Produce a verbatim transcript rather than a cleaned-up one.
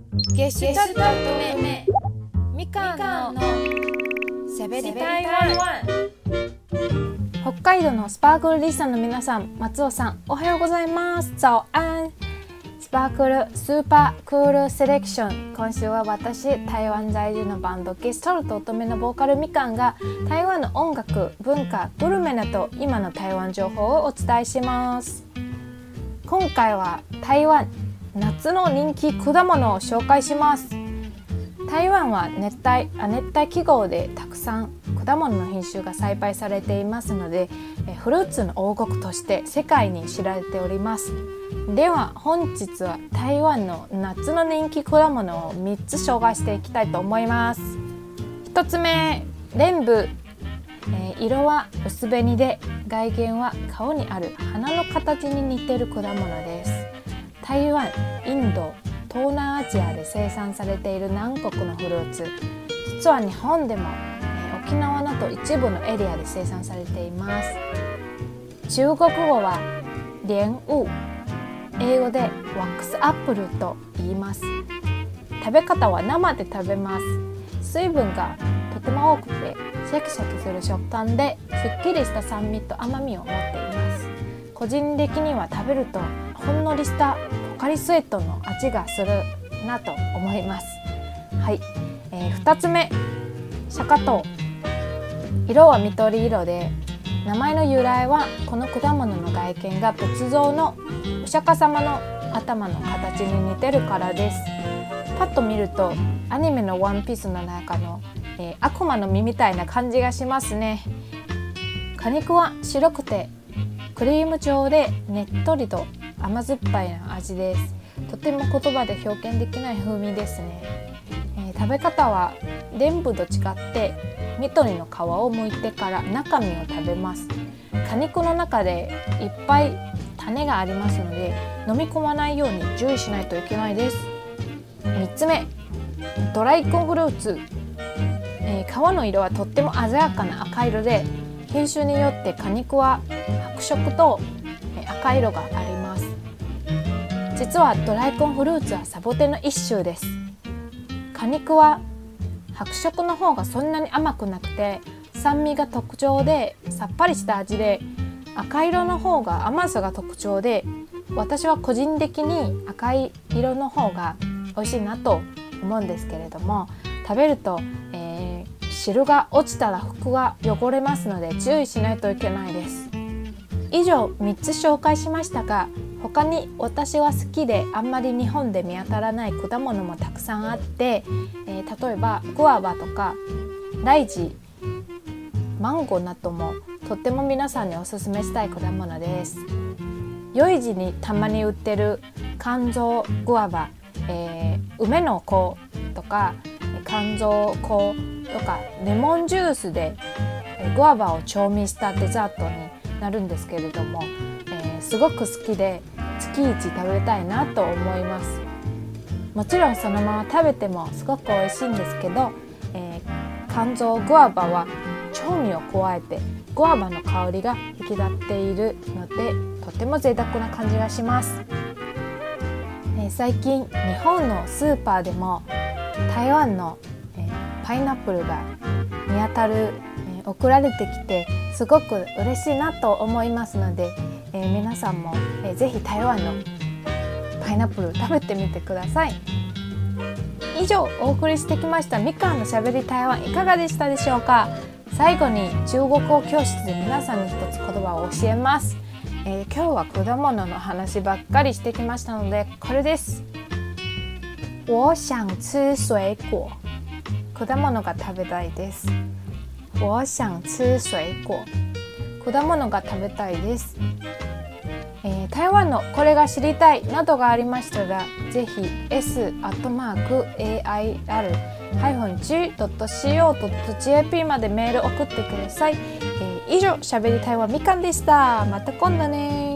ゲシュタルト目みかんのしゃべり台湾。北海道のスパークルリスナーの皆さん、松尾さん、おはようございます。早安。スパークルスーパークールセレクション。今週は私、台湾在住のバンドゲシュタルト乙女のボーカルみかんが台湾の音楽、文化、グルメなど今の台湾情報をお伝えします。今回は台湾夏の人気果物を紹介します。台湾は熱帯、亜熱帯気候でたくさん果物の品種が栽培されていますので、フルーツの王国として世界に知られております。では本日は台湾の夏の人気果物をみっつ紹介していきたいと思います。ひとつめ、レンブ、えー、色は薄紅で外見は顔にある花の形に似ている果物です。台湾、インド、東南アジアで生産されている南国のフルーツ。実は日本でも、えー、沖縄など一部のエリアで生産されています。中国語は蓮霧、英語でワックスアップルと言います。食べ方は生で食べます。水分がとても多くてシャキシャキする食感ですっきりした酸味と甘みを持っています。個人的には食べるとほんのりしたポカリスエットの味がするなと思います。はい、えー、ふたつめ、シャカトウ。色は緑色で名前の由来はこの果物の外見が仏像のお釈迦様の頭の形に似てるからです。パッと見るとアニメのワンピースの中の、えー、悪魔の実みたいな感じがしますね。果肉は白くてクリーム状でねっとりと甘酸っぱいな味です。とても言葉で表現できない風味ですね。えー、食べ方はレンブと違って緑の皮を剥いてから中身を食べます。果肉の中でいっぱい種がありますので飲み込まないように注意しないといけないです。みっつめ、ドライコンフルーツ。えー、皮の色はとっても鮮やかな赤色で品種によって果肉は白色と赤色があります。実はドライコンフルーツはサボテンの一種です。果肉は白色の方がそんなに甘くなくて酸味が特徴でさっぱりした味で、赤色の方が甘さが特徴で、私は個人的に赤い色の方が美味しいなと思うんですけれども、食べると、えー、汁が落ちたら服が汚れますので注意しないといけないです。以上みっつ紹介しましたが、他に私は好きであんまり日本で見当たらない果物もたくさんあって、えー、例えばグアバとかライジ、マンゴーなどもとっても皆さんにおすすめしたい果物です。夜市にたまに売ってる乾燥グアバ、えー、梅の子とか乾燥子とかレモンジュースでグアバを調味したデザートになるんですけれども、えー、すごく好きで月一食べたいなと思います。もちろんそのまま食べてもすごく美味しいんですけど、えー、乾燥グアバは調味を加えてグアバの香りが引き立っているのでとても贅沢な感じがします。えー、最近日本のスーパーでも台湾の、えー、パイナップルが見当たる、えー、送られてきてすごく嬉しいなと思いますので、えー、皆さんも、えー、ぜひ台湾のパイナップル食べてみてください。以上お送りしてきましたみかんのしゃべり台湾、いかがでしたでしょうか。最後に中国語教室で皆さんに一つ言葉を教えます。えー、今日は果物の話ばっかりしてきましたのでこれです。我想吃水果。果物が食べたいです。我想吃水果。果物が食べたいです。えー、台湾のこれが知りたいなどがありましたらぜひ エス アットマーク エーアイアール ハイフン ジー ドット シーオー ドット ジェーピー までメール送ってください。えー、以上しゃべり台湾みかんでした。また今度ね。